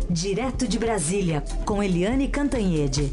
Direto de Brasília, com Eliane Cantanhede.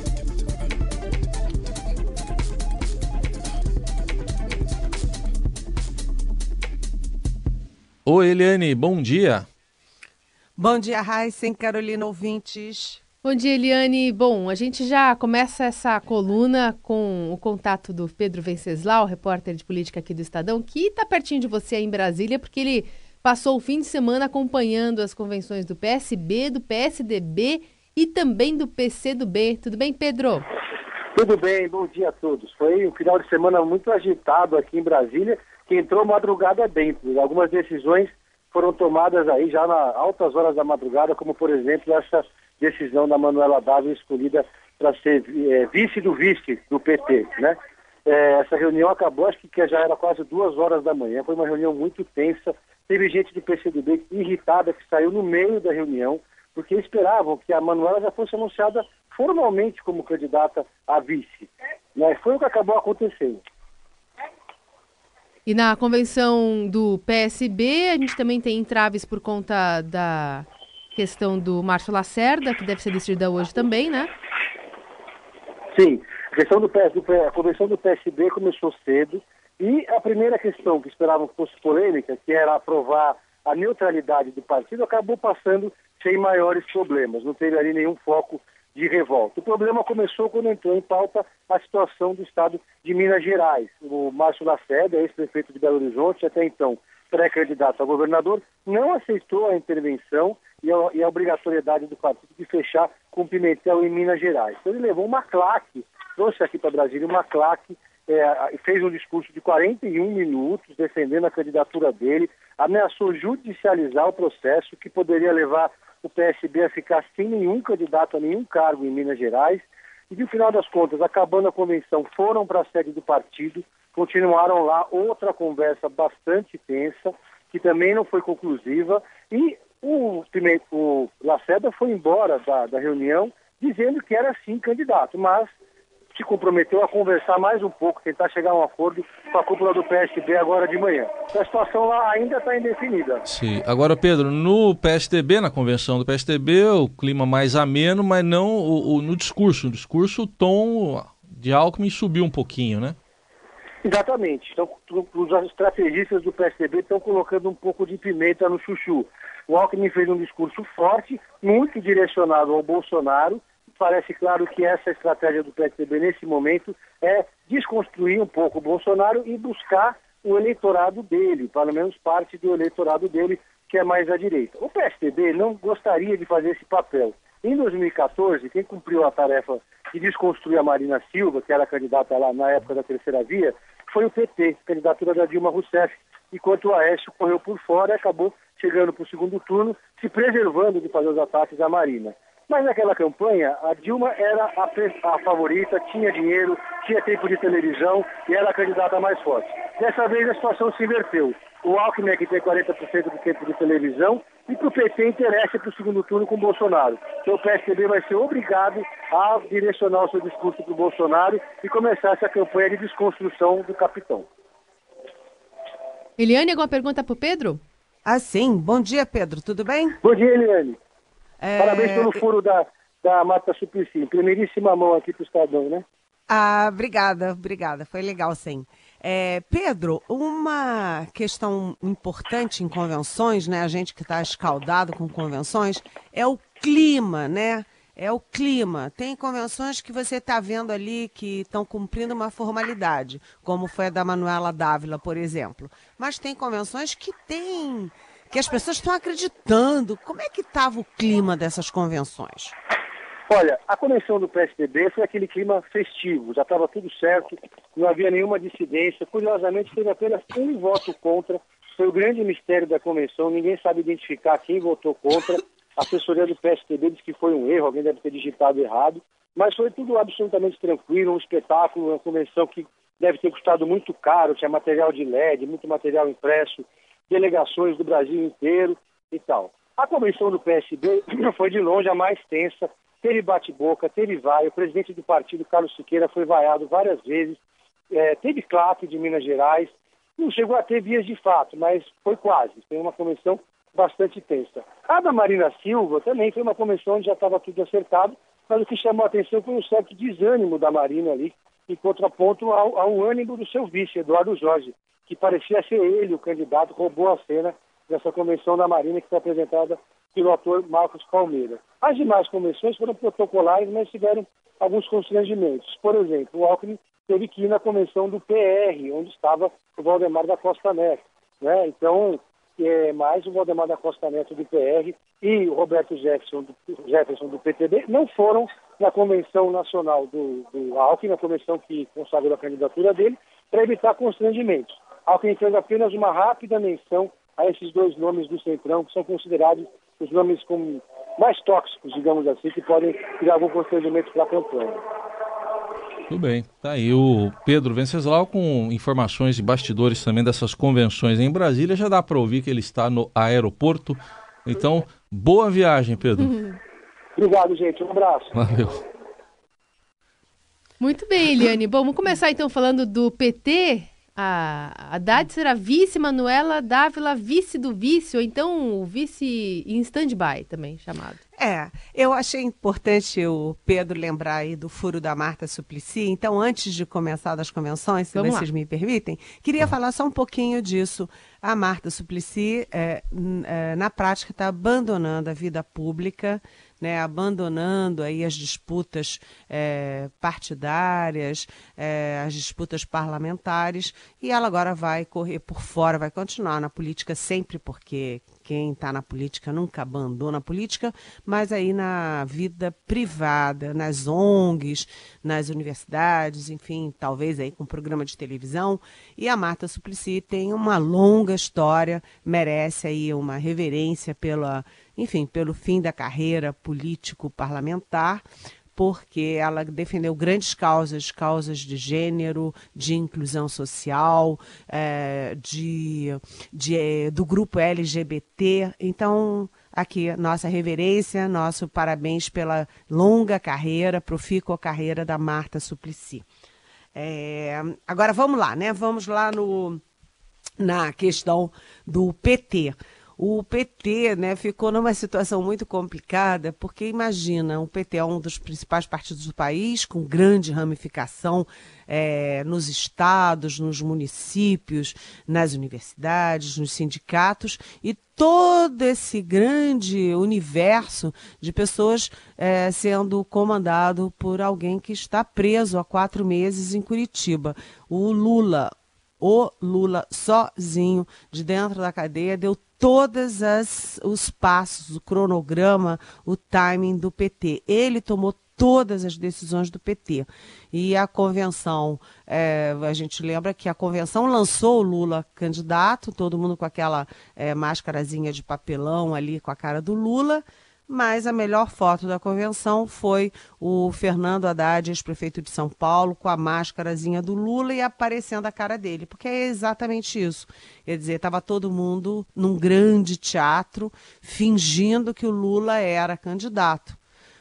Oi, Eliane, bom dia. Bom dia, Raíssa, Carolina, ouvintes. Bom dia, Eliane. Bom, a gente já começa essa coluna com o contato do Pedro Venceslau, repórter de política aqui do Estadão, que está pertinho de você aí em Brasília, porque ele passou o fim de semana acompanhando as convenções do PSB, do PSDB e também do PCdoB. Tudo bem, Pedro? Tudo bem, bom dia a todos. Foi um final de semana muito agitado aqui em Brasília, que entrou madrugada dentro. Algumas decisões foram tomadas aí já nas altas horas da madrugada, como, por exemplo, essa decisão da Manuela Dávila escolhida para ser vice do PT, né? Essa reunião acabou, acho que já era quase 2 horas da manhã, foi uma reunião muito tensa. Teve gente do PCdoB irritada que saiu no meio da reunião, porque esperavam que a Manuela já fosse anunciada formalmente como candidata a vice, né? Foi o que acabou acontecendo. E na convenção do PSB, a gente também tem entraves por conta da questão do Márcio Lacerda, que deve ser decidida hoje também, né? Sim, a convenção do PSB começou cedo e a primeira questão que esperavam que fosse polêmica, que era aprovar a neutralidade do partido, acabou passando sem maiores problemas, não teve ali nenhum foco de revolta. O problema começou quando entrou em pauta a situação do estado de Minas Gerais. O Márcio Lacerda, ex-prefeito de Belo Horizonte, até então pré-candidato a governador, não aceitou a intervenção e a obrigatoriedade do partido de fechar com Pimentel em Minas Gerais. Então ele levou uma claque, trouxe aqui para Brasília uma claque, fez um discurso de 41 minutos defendendo a candidatura dele, ameaçou judicializar o processo que poderia levar o PSB a ficar sem nenhum candidato a nenhum cargo em Minas Gerais. E, no final das contas, acabando a convenção, foram para a sede do partido, continuaram lá outra conversa bastante tensa, que também não foi conclusiva, e o Lacerda foi embora da reunião dizendo que era sim candidato, mas se comprometeu a conversar mais um pouco, tentar chegar a um acordo com a cúpula do PSDB agora de manhã. A situação lá ainda está indefinida. Sim. Agora, Pedro, no PSDB, na convenção do PSDB, o clima mais ameno, mas não no discurso. No discurso, o tom de Alckmin subiu um pouquinho, né? Exatamente. Então, os estrategistas do PSDB estão colocando um pouco de pimenta no chuchu. O Alckmin fez um discurso forte, muito direcionado ao Bolsonaro. Parece claro que essa estratégia do PSDB nesse momento é desconstruir um pouco o Bolsonaro e buscar o eleitorado dele, pelo menos parte do eleitorado dele, que é mais à direita. O PSDB não gostaria de fazer esse papel. Em 2014, quem cumpriu a tarefa de desconstruir a Marina Silva, que era candidata lá na época da Terceira Via, foi o PT, candidatura da Dilma Rousseff, enquanto o Aécio correu por fora e acabou chegando para o segundo turno, se preservando de fazer os ataques à Marina. Mas naquela campanha, a Dilma era a favorita, tinha dinheiro, tinha tempo de televisão e era a candidata mais forte. Dessa vez a situação se inverteu. O Alckmin é que tem 40% do tempo de televisão e para o PT interessa para o segundo turno com o Bolsonaro. Então o PSDB vai ser obrigado a direcionar o seu discurso para o Bolsonaro e começar essa campanha de desconstrução do capitão. Eliane, alguma pergunta para o Pedro? Ah, sim. Bom dia, Pedro. Tudo bem? Bom dia, Eliane. Parabéns pelo furo da Marta Suplicy. Primeiríssima mão aqui para o Estadão, né? Ah, obrigada. Foi legal, sim. Pedro, uma questão importante em convenções, né? A gente que está escaldado com convenções, é o clima, né? É o clima. Tem convenções que você está vendo ali que estão cumprindo uma formalidade, como foi a da Manuela Dávila, por exemplo. Mas tem convenções que as pessoas estão acreditando. Como é que estava o clima dessas convenções? Olha, a convenção do PSDB foi aquele clima festivo, já estava tudo certo, não havia nenhuma dissidência. Curiosamente, teve apenas um voto contra, foi o grande mistério da convenção, ninguém sabe identificar quem votou contra. A assessoria do PSDB disse que foi um erro, alguém deve ter digitado errado, mas foi tudo absolutamente tranquilo, um espetáculo, uma convenção que deve ter custado muito caro, tinha material de LED, muito material impresso, delegações do Brasil inteiro e tal. A convenção do PSB foi de longe a mais tensa, teve bate-boca, teve vai, o presidente do partido, Carlos Siqueira, foi vaiado várias vezes, teve claque de Minas Gerais, não chegou a ter vias de fato, mas foi quase. Foi uma convenção bastante tensa. A da Marina Silva também foi uma convenção onde já estava tudo acertado, mas o que chamou a atenção foi um certo desânimo da Marina ali, em contraponto ao ânimo do seu vice, Eduardo Jorge, que parecia ser ele o candidato, roubou a cena dessa convenção da Marina que foi apresentada pelo ator Marcos Palmeira. As demais convenções foram protocolares, mas tiveram alguns constrangimentos. Por exemplo, o Alckmin teve que ir na convenção do PR, onde estava o Valdemar da Costa Neto, né? Então, mais o Valdemar da Costa Neto do PR e o Roberto Jefferson do PTB não foram na convenção nacional do Alckmin, na convenção que consagrou a candidatura dele, para evitar constrangimentos. Alckmin fez apenas uma rápida menção a esses dois nomes do Centrão, que são considerados os nomes mais tóxicos, digamos assim, que podem criar algum constrangimento para a campanha. Tudo bem. Tá aí o Pedro Venceslau com informações de bastidores também dessas convenções em Brasília. Já dá para ouvir que ele está no aeroporto. Então, boa viagem, Pedro. Obrigado, gente. Um abraço. Valeu. Muito bem, Eliane. Bom, vamos começar então falando do PT. A Haddad será vice, Manuela Dávila vice do vice, ou então o vice em stand-by também chamado. Eu achei importante o Pedro lembrar aí do furo da Marta Suplicy. Então, antes de começar das convenções, se vocês me permitem, queria falar só um pouquinho disso. A Marta Suplicy, na prática, está abandonando a vida pública, né, abandonando aí as disputas partidárias, as disputas parlamentares, e ela agora vai correr por fora, vai continuar na política sempre, porque quem está na política nunca abandona a política, mas aí na vida privada, nas ONGs, nas universidades, enfim, talvez aí com programa de televisão. E a Marta Suplicy tem uma longa história, merece aí uma reverência pelo fim da carreira político-parlamentar, porque ela defendeu grandes causas de gênero, de inclusão social, do grupo LGBT. Então, aqui, nossa reverência, nosso parabéns pela longa carreira, profícua carreira da Marta Suplicy. Agora, vamos lá, né? Vamos lá na questão do PT. O PT, né, ficou numa situação muito complicada, porque imagina, o PT é um dos principais partidos do país, com grande ramificação nos estados, nos municípios, nas universidades, nos sindicatos, e todo esse grande universo de pessoas sendo comandado por alguém que está preso há 4 meses em Curitiba. O Lula sozinho, de dentro da cadeia, deu todos os passos, o cronograma, o timing do PT. Ele tomou todas as decisões do PT. E a convenção, a gente lembra que a convenção lançou o Lula candidato, todo mundo com aquela máscarazinha de papelão ali com a cara do Lula, mas a melhor foto da convenção foi o Fernando Haddad, ex-prefeito de São Paulo, com a máscarazinha do Lula e aparecendo a cara dele, porque é exatamente isso. Quer dizer, estava todo mundo num grande teatro, fingindo que o Lula era candidato.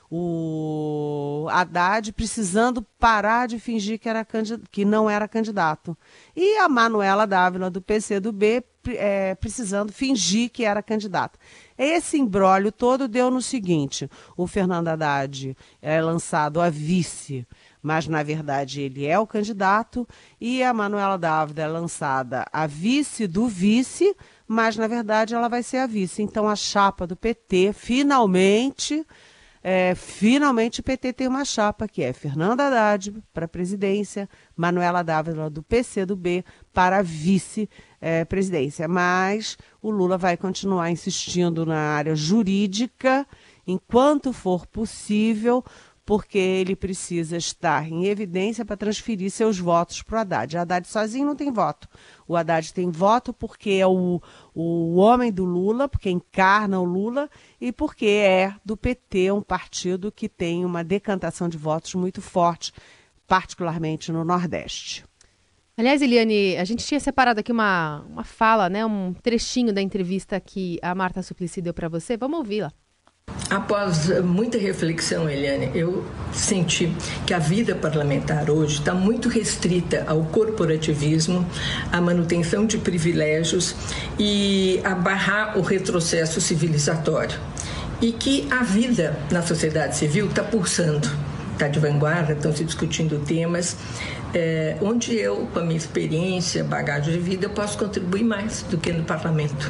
O Haddad precisando parar de fingir que não era candidato. E a Manuela Dávila, do PCdoB, precisando fingir que era candidata. Esse imbróglio todo deu no seguinte: o Fernando Haddad é lançado a vice, mas na verdade ele é o candidato, e a Manuela Dávila é lançada a vice do vice, mas na verdade ela vai ser a vice. Então a chapa do PT, finalmente o PT tem uma chapa que é Fernando Haddad para a presidência, Manuela Dávila do PCdoB para a vice-presidência. Mas o Lula vai continuar insistindo na área jurídica enquanto for possível, porque ele precisa estar em evidência para transferir seus votos para o Haddad. O Haddad sozinho não tem voto. O Haddad tem voto porque é o homem do Lula, porque encarna o Lula, e porque é do PT, um partido que tem uma decantação de votos muito forte, particularmente no Nordeste. Aliás, Eliane, a gente tinha separado aqui uma fala, né, um trechinho da entrevista que a Marta Suplicy deu para você. Vamos ouvi-la. Após muita reflexão, Eliane, eu senti que a vida parlamentar hoje está muito restrita ao corporativismo, à manutenção de privilégios e a barrar o retrocesso civilizatório. E que a vida na sociedade civil está pulsando, está de vanguarda, estão se discutindo temas onde eu, com a minha experiência, bagagem de vida, eu posso contribuir mais do que no parlamento.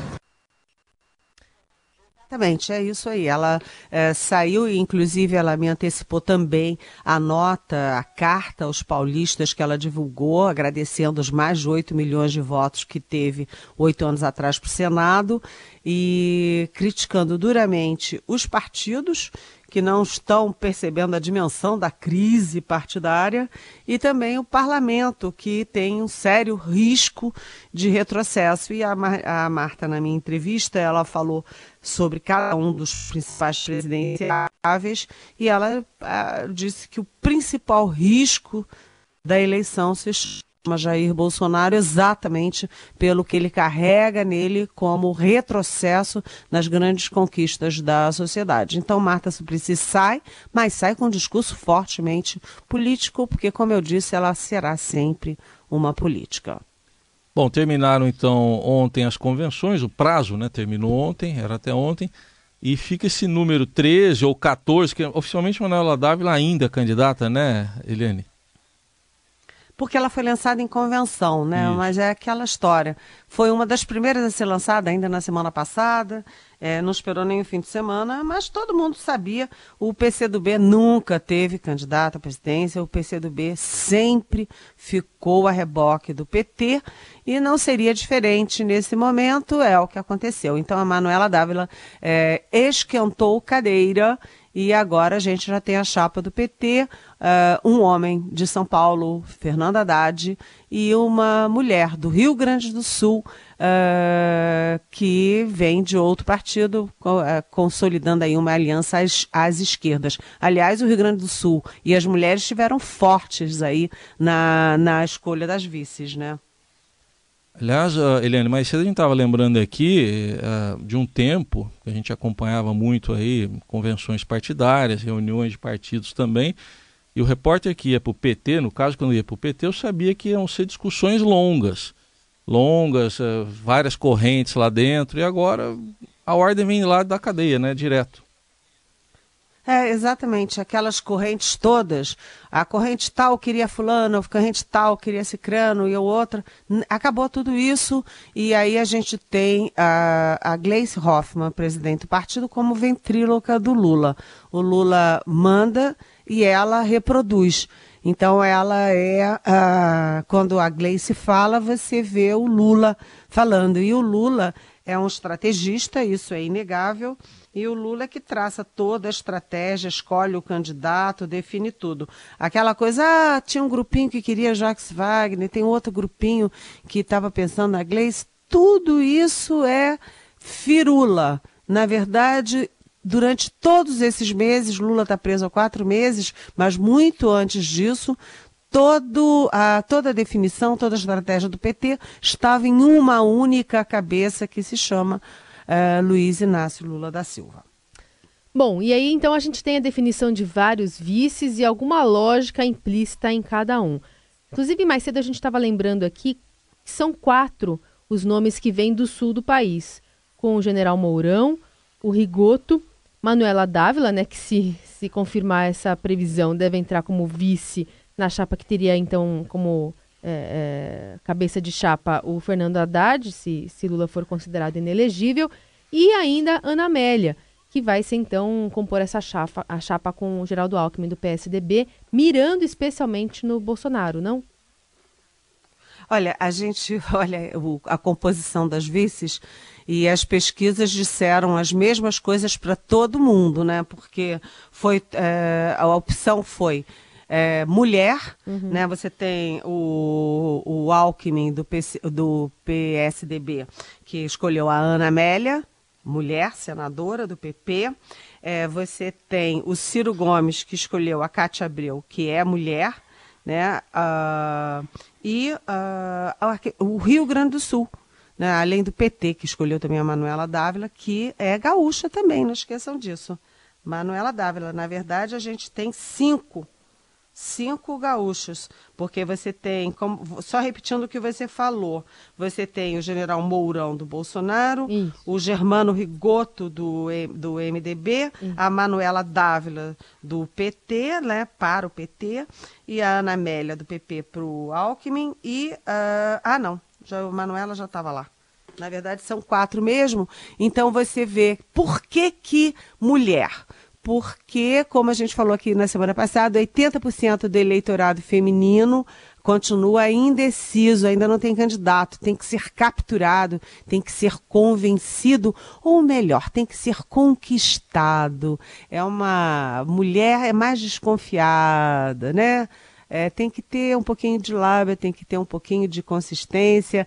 Exatamente, é isso aí. Ela saiu e, inclusive, ela me antecipou também a nota, a carta aos paulistas que ela divulgou, agradecendo os mais de 8 milhões de votos que teve 8 anos atrás para o Senado e criticando duramente os partidos que não estão percebendo a dimensão da crise partidária e também o parlamento, que tem um sério risco de retrocesso. E a Marta, na minha entrevista, ela falou sobre cada um dos principais presidenciáveis e ela disse que o principal risco da eleição se chama Jair Bolsonaro, exatamente pelo que ele carrega nele como retrocesso nas grandes conquistas da sociedade. Então, Marta Suplicy sai, mas sai com um discurso fortemente político, porque, como eu disse, ela será sempre uma política. Bom, terminaram então ontem as convenções, o prazo, né, terminou ontem, era até ontem, e fica esse número 13 ou 14, que oficialmente Manuela Dávila ainda é candidata, né, Eliane? Porque ela foi lançada em convenção, né? Isso. Mas é aquela história. Foi uma das primeiras a ser lançada ainda na semana passada, não esperou nem o fim de semana, mas todo mundo sabia. O PCdoB nunca teve candidato à presidência, o PCdoB sempre ficou a reboque do PT e não seria diferente nesse momento, é o que aconteceu. Então a Manuela Dávila esquentou cadeira e agora a gente já tem a chapa do PT, um homem de São Paulo, Fernando Haddad, e uma mulher do Rio Grande do Sul, que vem de outro partido, consolidando aí uma aliança às esquerdas. Aliás, o Rio Grande do Sul e as mulheres estiveram fortes aí na escolha das vices, né? Aliás, Eliane, mais cedo a gente estava lembrando aqui de um tempo que a gente acompanhava muito aí, convenções partidárias, reuniões de partidos também, e o repórter que ia para o PT, no caso quando ia para o PT, eu sabia que iam ser discussões longas, várias correntes lá dentro, e agora a ordem vem lá da cadeia, né, direto. Exatamente, aquelas correntes todas, a corrente tal queria fulano, a corrente tal queria cicrano e a outra, acabou tudo isso e aí a gente tem a Gleisi Hoffmann, presidente do partido, como ventríloca do Lula. O Lula manda e ela reproduz. Então ela quando a Gleisi fala, você vê o Lula falando e o Lula é um estrategista, isso é inegável. E o Lula é que traça toda a estratégia, escolhe o candidato, define tudo. Aquela coisa, tinha um grupinho que queria Jacques Wagner, tem outro grupinho que estava pensando na Gleisi. Tudo isso é firula. Na verdade, durante todos esses meses, Lula está preso há 4 meses, mas muito antes disso, toda a definição, toda a estratégia do PT estava em uma única cabeça que se chama Luiz Inácio Lula da Silva. Bom, e aí então a gente tem a definição de vários vices e alguma lógica implícita em cada um. Inclusive, mais cedo a gente estava lembrando aqui que são 4 os nomes que vêm do sul do país, com o general Mourão, o Rigoto, Manuela Dávila, né, que se confirmar essa previsão deve entrar como vice na chapa que teria então como cabeça de chapa o Fernando Haddad, se Lula for considerado inelegível, e ainda Ana Amélia, que vai ser então compor essa a chapa com o Geraldo Alckmin do PSDB, mirando especialmente no Bolsonaro, não? Olha, a gente olha a composição das vices e as pesquisas disseram as mesmas coisas para todo mundo, né? Porque a opção foi mulher, né? Você tem o Alckmin do PSDB, que escolheu a Ana Amélia, mulher, senadora do PP. Você tem o Ciro Gomes, que escolheu a Cátia Abreu, que é mulher, né? O Rio Grande do Sul, né? Além do PT, que escolheu também a Manuela Dávila, que é gaúcha também, não esqueçam disso. Manuela Dávila. Na verdade, a gente tem cinco gaúchos, porque você tem, só repetindo o que você falou, você tem o general Mourão do Bolsonaro, o Germano Rigoto do MDB, a Manuela Dávila do PT, né, para o PT, e a Ana Amélia do PP para o Alckmin, e, a Manuela já estava lá. Na verdade, são 4 mesmo. Então, você vê por que mulher? Porque, como a gente falou aqui na semana passada, 80% do eleitorado feminino continua indeciso, ainda não tem candidato, tem que ser capturado, tem que ser convencido, ou melhor, tem que ser conquistado. Uma mulher mais desconfiada, né? Tem que ter um pouquinho de lábia, tem que ter um pouquinho de consistência.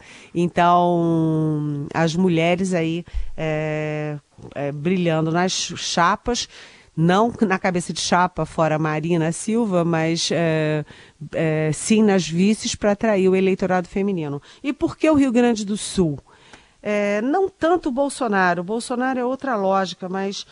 Então, as mulheres aí brilhando nas chapas, não na cabeça de chapa fora Marina Silva, mas sim nas vices para atrair o eleitorado feminino. E por que o Rio Grande do Sul? Não tanto o Bolsonaro é outra lógica, mas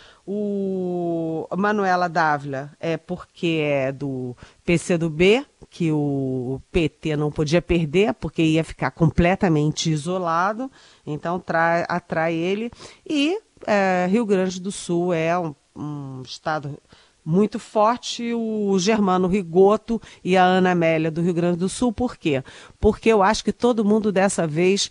o Manuela Dávila porque é do PCdoB, que o PT não podia perder, porque ia ficar completamente isolado, então atrai ele. E Rio Grande do Sul é um estado muito forte, o Germano Rigoto e a Ana Amélia do Rio Grande do Sul. Por quê? Porque eu acho que todo mundo dessa vez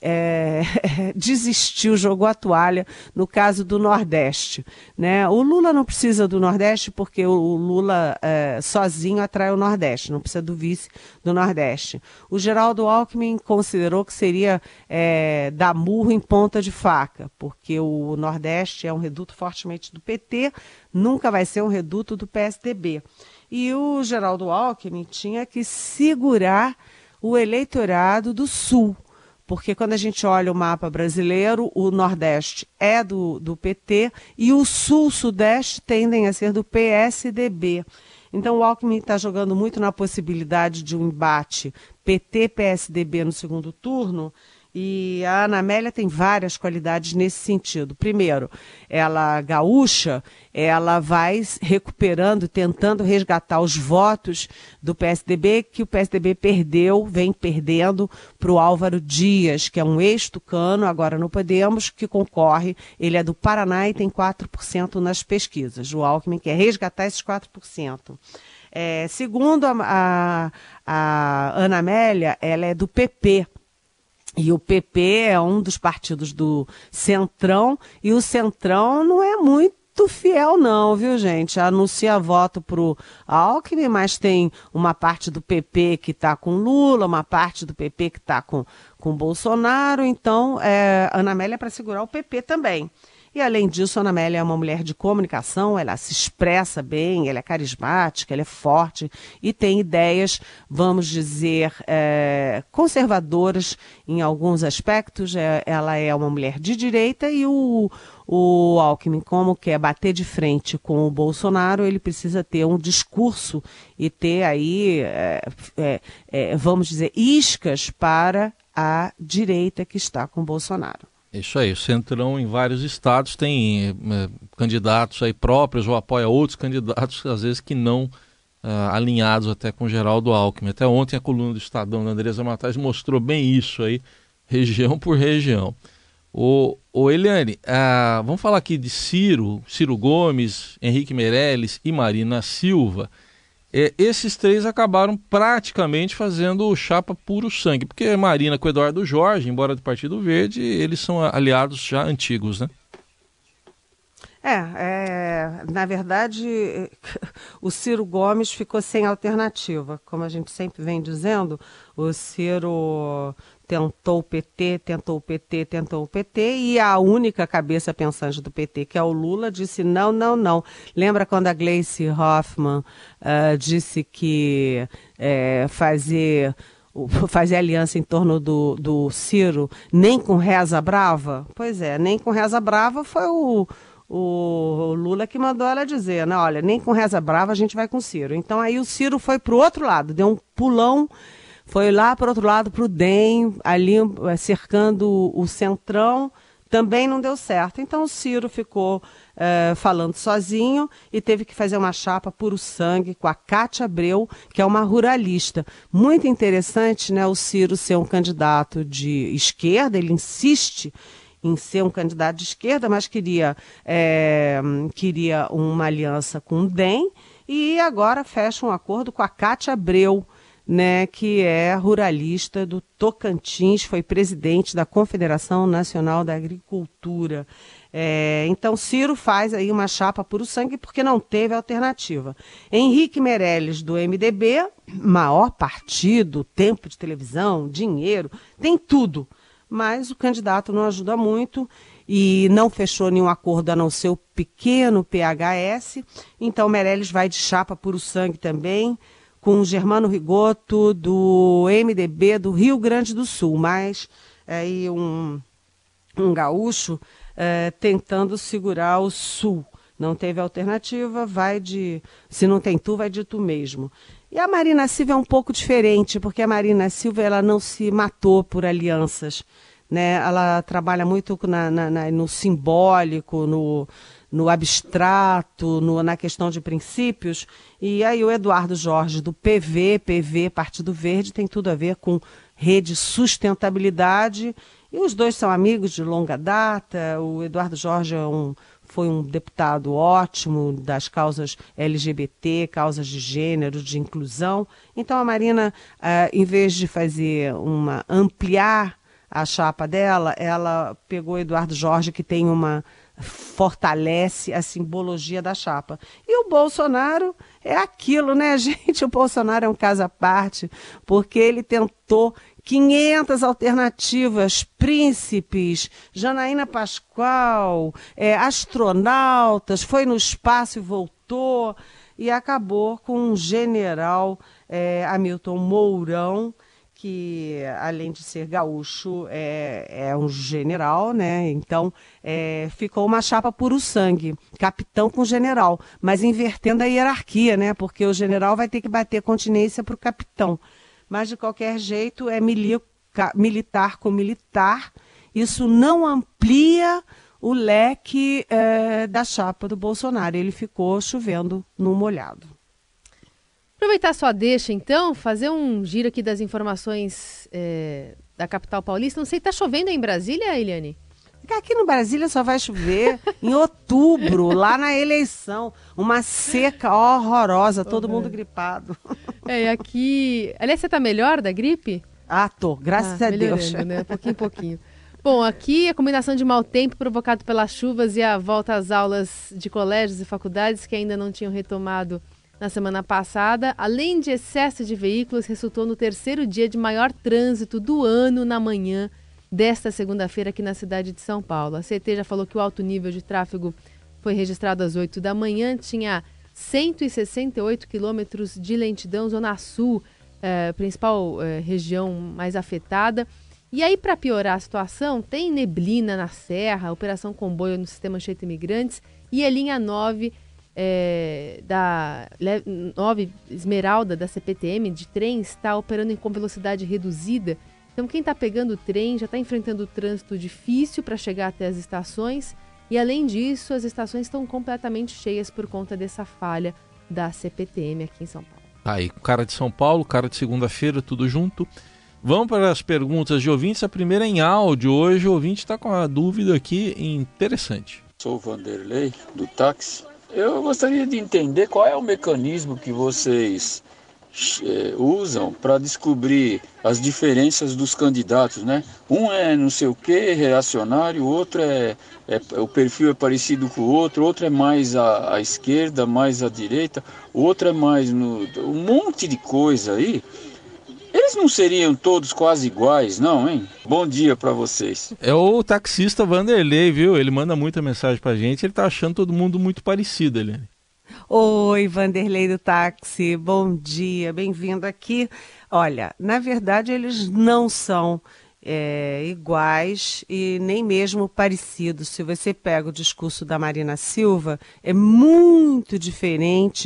desistiu, jogou a toalha no caso do Nordeste, né? O Lula não precisa do Nordeste porque o Lula sozinho atrai o Nordeste, não precisa do vice do Nordeste. O Geraldo Alckmin considerou que seria dar murro em ponta de faca, porque o Nordeste é um reduto fortemente do PT, nunca vai ser um reduto do PSDB. E o Geraldo Alckmin tinha que segurar o eleitorado do Sul, porque quando a gente olha o mapa brasileiro, o Nordeste é do PT e o Sul-Sudeste tendem a ser do PSDB. Então o Alckmin está jogando muito na possibilidade de um embate PT-PSDB no segundo turno, e a Ana Amélia tem várias qualidades nesse sentido. Primeiro, ela gaúcha, ela vai recuperando, tentando resgatar os votos do PSDB, que o PSDB vem perdendo para o Álvaro Dias, que é um ex-tucano, agora no Podemos, que concorre. Ele é do Paraná e tem 4% nas pesquisas. O Alckmin quer resgatar esses 4%. Segundo a Ana Amélia, ela é do PP. E o PP é um dos partidos do Centrão, e o Centrão não é muito fiel não, viu, gente? Anuncia voto para o Alckmin, mas tem uma parte do PP que está com Lula, uma parte do PP que está com Bolsonaro, então Ana Amélia é para segurar o PP também. E, além disso, a Ana Amélia é uma mulher de comunicação, ela se expressa bem, ela é carismática, ela é forte e tem ideias, vamos dizer, conservadoras em alguns aspectos. Ela é uma mulher de direita e o Alckmin, como quer bater de frente com o Bolsonaro, ele precisa ter um discurso e ter aí, vamos dizer, iscas para a direita que está com o Bolsonaro. Isso aí, o Centrão em vários estados tem candidatos aí próprios ou apoia outros candidatos, às vezes que não alinhados até com o Geraldo Alckmin. Até ontem a coluna do Estadão da Andresa Matais mostrou bem isso aí, região por região. Eliane, vamos falar aqui de Ciro Gomes, Henrique Meirelles e Marina Silva. Esses três acabaram praticamente fazendo chapa puro sangue, porque Marina com Eduardo Jorge, embora do Partido Verde, eles são aliados já antigos, né? Na verdade, o Ciro Gomes ficou sem alternativa. Como a gente sempre vem dizendo, o Ciro tentou o PT, e a única cabeça pensante do PT, que é o Lula, disse não. Lembra quando a Gleice Hoffmann disse que fazer aliança em torno do Ciro nem com reza brava? Pois nem com reza brava foi o Lula que mandou ela dizer, né? Olha, nem com reza brava a gente vai com o Ciro. Então aí o Ciro foi para o outro lado, deu um pulão, foi lá para o outro lado, para o DEM, ali cercando o Centrão, também não deu certo. Então o Ciro ficou falando sozinho e teve que fazer uma chapa puro sangue com a Cátia Abreu, que é uma ruralista. Muito interessante, né, o Ciro ser um candidato de esquerda, ele insiste em ser um candidato de esquerda, mas queria uma aliança com o DEM e agora fecha um acordo com a Cátia Abreu, né, que é ruralista do Tocantins, foi presidente da Confederação Nacional da Agricultura. Então Ciro faz aí uma chapa puro sangue porque não teve alternativa. Henrique Meirelles, do MDB, maior partido, tempo de televisão, dinheiro, tem tudo, mas o candidato não ajuda muito e não fechou nenhum acordo a não ser o pequeno PHS, então Meirelles vai de chapa puro sangue também, com o Germano Rigoto, do MDB do Rio Grande do Sul, mas aí um gaúcho tentando segurar o Sul. Não teve alternativa, se não tem tu, vai de tu mesmo. E a Marina Silva é um pouco diferente, porque a Marina Silva ela não se matou por alianças, né? Ela trabalha muito no simbólico, no abstrato, na questão de princípios, e aí o Eduardo Jorge do PV, Partido Verde, tem tudo a ver com rede sustentabilidade, e os dois são amigos de longa data. O Eduardo Jorge foi um deputado ótimo das causas LGBT, causas de gênero, de inclusão. Então a Marina, em vez de ampliar a chapa dela, ela pegou o Eduardo Jorge, que tem fortalece a simbologia da chapa. E o Bolsonaro é aquilo, né, gente? O Bolsonaro é um caso à parte, porque ele tentou 500 alternativas, príncipes, Janaína Pascoal, astronautas, foi no espaço e voltou, e acabou com um general, Hamilton Mourão, que além de ser gaúcho, é um general, né? Então ficou uma chapa puro sangue, capitão com general, mas invertendo a hierarquia, né? Porque o general vai ter que bater continência para o capitão. Mas de qualquer jeito é militar com militar, isso não amplia o leque da chapa do Bolsonaro, ele ficou chovendo no molhado. Aproveitar sua deixa, então, fazer um giro aqui das informações da capital paulista. Não sei, está chovendo aí em Brasília, Eliane? Aqui no Brasília só vai chover em outubro, lá na eleição. Uma seca horrorosa, todo mundo gripado. Aqui... Aliás, você está melhor da gripe? Tô, graças a Deus. Né? Pouquinho em pouquinho. Bom, aqui a combinação de mau tempo provocado pelas chuvas e a volta às aulas de colégios e faculdades que ainda não tinham retomado na semana passada, além de excesso de veículos, resultou no terceiro dia de maior trânsito do ano na manhã desta segunda-feira aqui na cidade de São Paulo. A CT já falou que o alto nível de tráfego foi registrado às 8 da manhã, tinha 168 quilômetros de lentidão, Zona Sul, principal região mais afetada. E aí, para piorar a situação, tem neblina na Serra, operação comboio no sistema Anchieta Imigrantes e a linha 9 da 9 Esmeralda da CPTM de trem está operando com velocidade reduzida. Então quem está pegando o trem já está enfrentando o trânsito difícil para chegar até as estações e além disso as estações estão completamente cheias por conta dessa falha da CPTM aqui em São Paulo. Aí, cara de São Paulo, cara de segunda-feira, tudo junto. Vamos para as perguntas de ouvintes. A primeira é em áudio. Hoje o ouvinte está com uma dúvida aqui interessante. Sou o Vanderlei, do táxi. Eu gostaria de entender qual é o mecanismo que vocês usam para descobrir as diferenças dos candidatos, né? Um é não sei o que, reacionário, o outro o perfil é parecido com o outro é mais à esquerda, mais à direita, o outro é mais um monte de coisa aí. Eles não seriam todos quase iguais, não, hein? Bom dia para vocês. É o taxista Vanderlei, viu? Ele manda muita mensagem pra gente, ele tá achando todo mundo muito parecido, Eliane. Oi, Vanderlei do táxi, bom dia, bem-vindo aqui. Olha, na verdade eles não são iguais e nem mesmo parecidos. Se você pega o discurso da Marina Silva, é muito diferente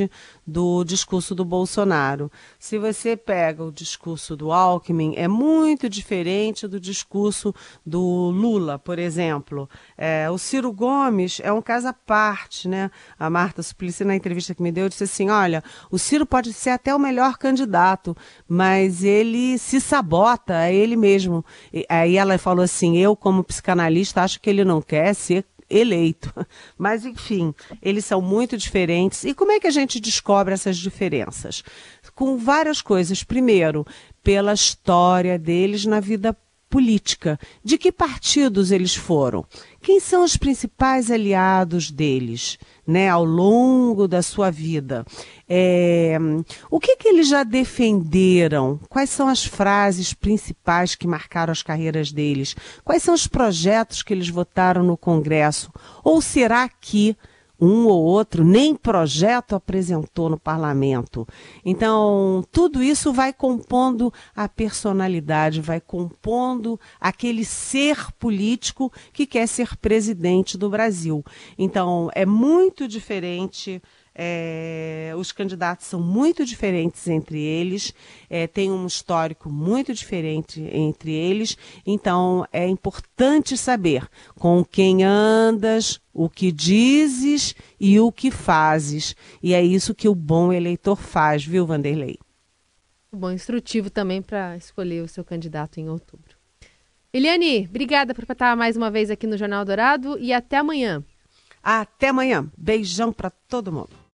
do discurso do Bolsonaro. Se você pega o discurso do Alckmin, é muito diferente do discurso do Lula, por exemplo. O Ciro Gomes é um caso à parte, né? A Marta Suplicy, na entrevista que me deu, disse assim, olha, o Ciro pode ser até o melhor candidato, mas ele se sabota, é ele mesmo. Aí ela falou assim, eu como psicanalista acho que ele não quer ser eleito. Mas, enfim, eles são muito diferentes. E como é que a gente descobre essas diferenças? Com várias coisas. Primeiro, pela história deles na vida política. De que partidos eles foram? Quem são os principais aliados deles, né, ao longo da sua vida? O que eles já defenderam? Quais são as frases principais que marcaram as carreiras deles? Quais são os projetos que eles votaram no Congresso? Ou será que um ou outro nem projeto apresentou no parlamento? Então, tudo isso vai compondo a personalidade, vai compondo aquele ser político que quer ser presidente do Brasil. Então, é muito diferente. Os candidatos são muito diferentes entre eles, tem um histórico muito diferente entre eles, então é importante saber com quem andas, o que dizes e o que fazes. E é isso que o bom eleitor faz, viu, Vanderlei? Bom, instrutivo também para escolher o seu candidato em outubro. Eliane, obrigada por estar mais uma vez aqui no Jornal Dourado e até amanhã. Até amanhã. Beijão para todo mundo.